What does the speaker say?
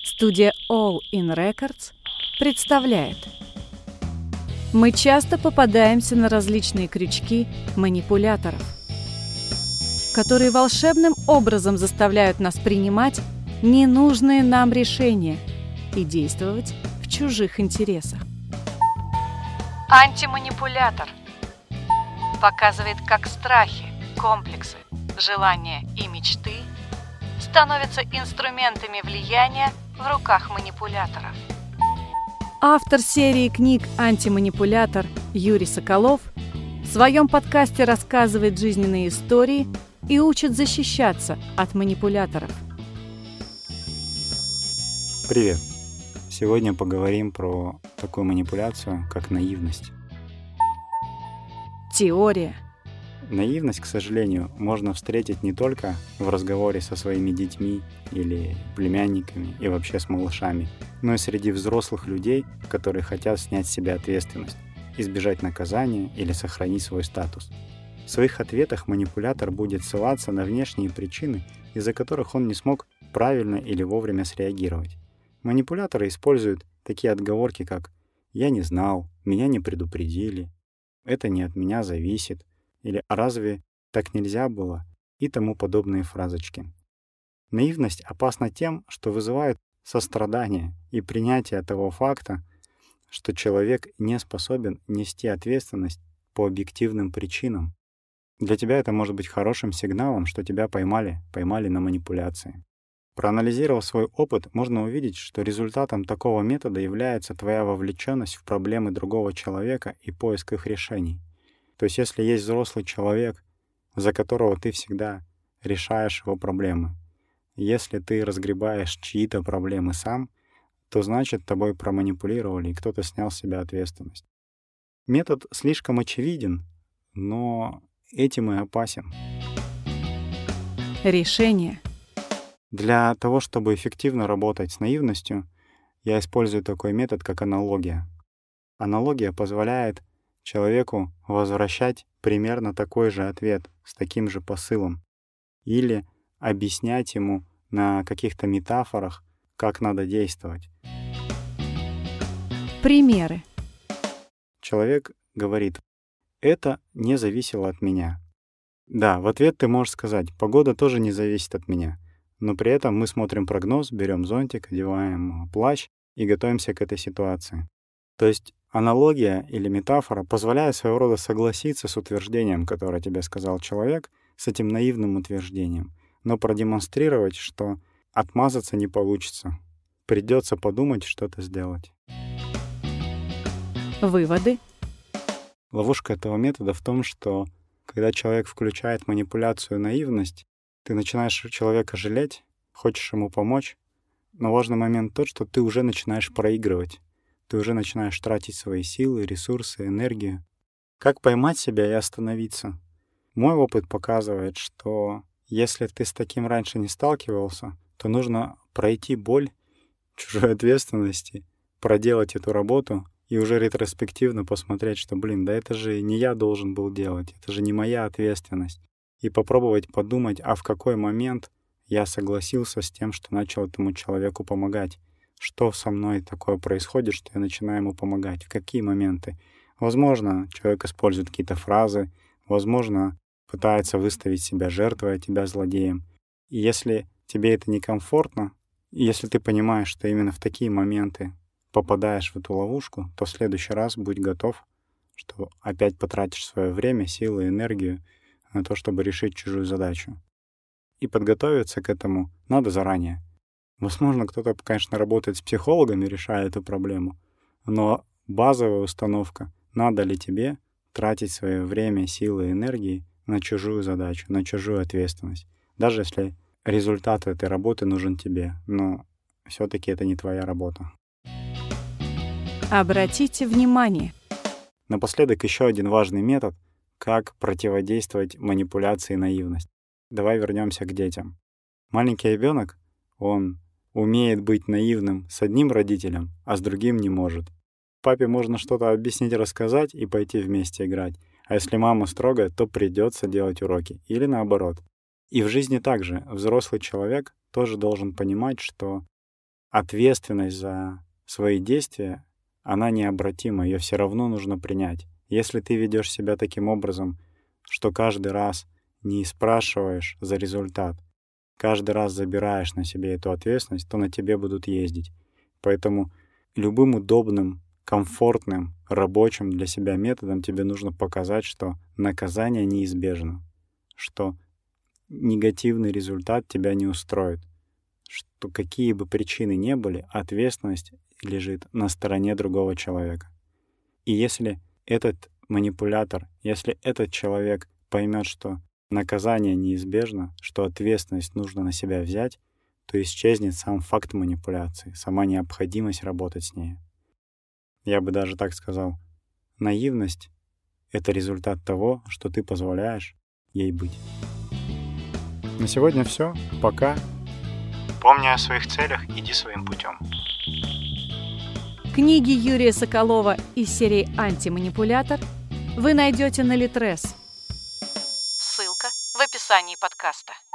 Студия All In Records представляет. Мы часто попадаемся на различные крючки манипуляторов, которые волшебным образом заставляют нас принимать ненужные нам решения и действовать в чужих интересах. Антиманипулятор показывает, как страхи, комплексы, желания и мечты становятся инструментами влияния в руках манипуляторов. Автор серии книг «Антиманипулятор» Юрий Соколов в своем подкасте рассказывает жизненные истории и учит защищаться от манипуляторов. Привет! Сегодня поговорим про такую манипуляцию, как наивность. Теория. Наивность, к сожалению, можно встретить не только в разговоре со своими детьми или племянниками и вообще с малышами, но и среди взрослых людей, которые хотят снять с себя ответственность, избежать наказания или сохранить свой статус. В своих ответах манипулятор будет ссылаться на внешние причины, из-за которых он не смог правильно или вовремя среагировать. Манипуляторы используют такие отговорки, как «я не знал», «меня не предупредили», «это не от меня зависит», или «а разве так нельзя было?» и тому подобные фразочки. Наивность опасна тем, что вызывает сострадание и принятие того факта, что человек не способен нести ответственность по объективным причинам. Для тебя это может быть хорошим сигналом, что тебя поймали на манипуляции. Проанализировав свой опыт, можно увидеть, что результатом такого метода является твоя вовлеченность в проблемы другого человека и поиск их решений. То есть если есть взрослый человек, за которого ты всегда решаешь его проблемы, если ты разгребаешь чьи-то проблемы сам, то значит тобой проманипулировали и кто-то снял с себя ответственность. Метод слишком очевиден, но этим и опасен. Решение. Для того, чтобы эффективно работать с наивностью, я использую такой метод, как аналогия. Аналогия позволяет человеку возвращать примерно такой же ответ с таким же посылом или объяснять ему на каких-то метафорах, как надо действовать. Примеры. Человек говорит: «Это не зависело от меня». Да, в ответ ты можешь сказать: «Погода тоже не зависит от меня». Но при этом мы смотрим прогноз, берем зонтик, одеваем плащ и готовимся к этой ситуации. То есть аналогия или метафора позволяет своего рода согласиться с утверждением, которое тебе сказал человек, с этим наивным утверждением, но продемонстрировать, что отмазаться не получится. Придется подумать, что-то сделать. Выводы. Ловушка этого метода в том, что когда человек включает манипуляцию и наивность, ты начинаешь человека жалеть, хочешь ему помочь, но важный момент тот, что ты уже начинаешь проигрывать. Ты уже начинаешь тратить свои силы, ресурсы, энергию. Как поймать себя и остановиться? Мой опыт показывает, что если ты с таким раньше не сталкивался, то нужно пройти боль чужой ответственности, проделать эту работу и уже ретроспективно посмотреть, что, да это же не я должен был делать, это же не моя ответственность. И попробовать подумать, а в какой момент я согласился с тем, что начал этому человеку помогать. Что со мной такое происходит, что я начинаю ему помогать, в какие моменты. Возможно, человек использует какие-то фразы, возможно, пытается выставить себя жертвой, а тебя злодеем. И если тебе это некомфортно, и если ты понимаешь, что именно в такие моменты попадаешь в эту ловушку, то в следующий раз будь готов, что опять потратишь свое время, силы, энергию на то, чтобы решить чужую задачу. И подготовиться к этому надо заранее. Возможно, кто-то, конечно, работает с психологами, решая эту проблему, но базовая установка — надо ли тебе тратить свое время, силы, энергии на чужую задачу, на чужую ответственность. Даже если результат этой работы нужен тебе, но все-таки это не твоя работа. Обратите внимание. Напоследок еще один важный метод, как противодействовать манипуляции и наивности. Давай вернемся к детям. Маленький ребенок, он умеет быть наивным с одним родителем, а с другим не может. Папе можно что-то объяснить, рассказать и пойти вместе играть. А если мама строгая, то придется делать уроки. Или наоборот. И в жизни также взрослый человек тоже должен понимать, что ответственность за свои действия, она необратима, ее все равно нужно принять. Если ты ведешь себя таким образом, что каждый раз не спрашиваешь за результат, каждый раз забираешь на себе эту ответственность, то на тебе будут ездить. Поэтому любым удобным, комфортным, рабочим для себя методом тебе нужно показать, что наказание неизбежно, что негативный результат тебя не устроит, что какие бы причины ни были, ответственность лежит на стороне другого человека. И если этот манипулятор, если этот человек поймет, что наказание неизбежно, что ответственность нужно на себя взять, то исчезнет сам факт манипуляции, сама необходимость работать с ней. Я бы даже так сказал, наивность — это результат того, что ты позволяешь ей быть. На сегодня все. Пока. Помни о своих целях, иди своим путем. Книги Юрия Соколова из серии «Антиманипулятор» вы найдете на Литрес. Ссылка в описании подкаста.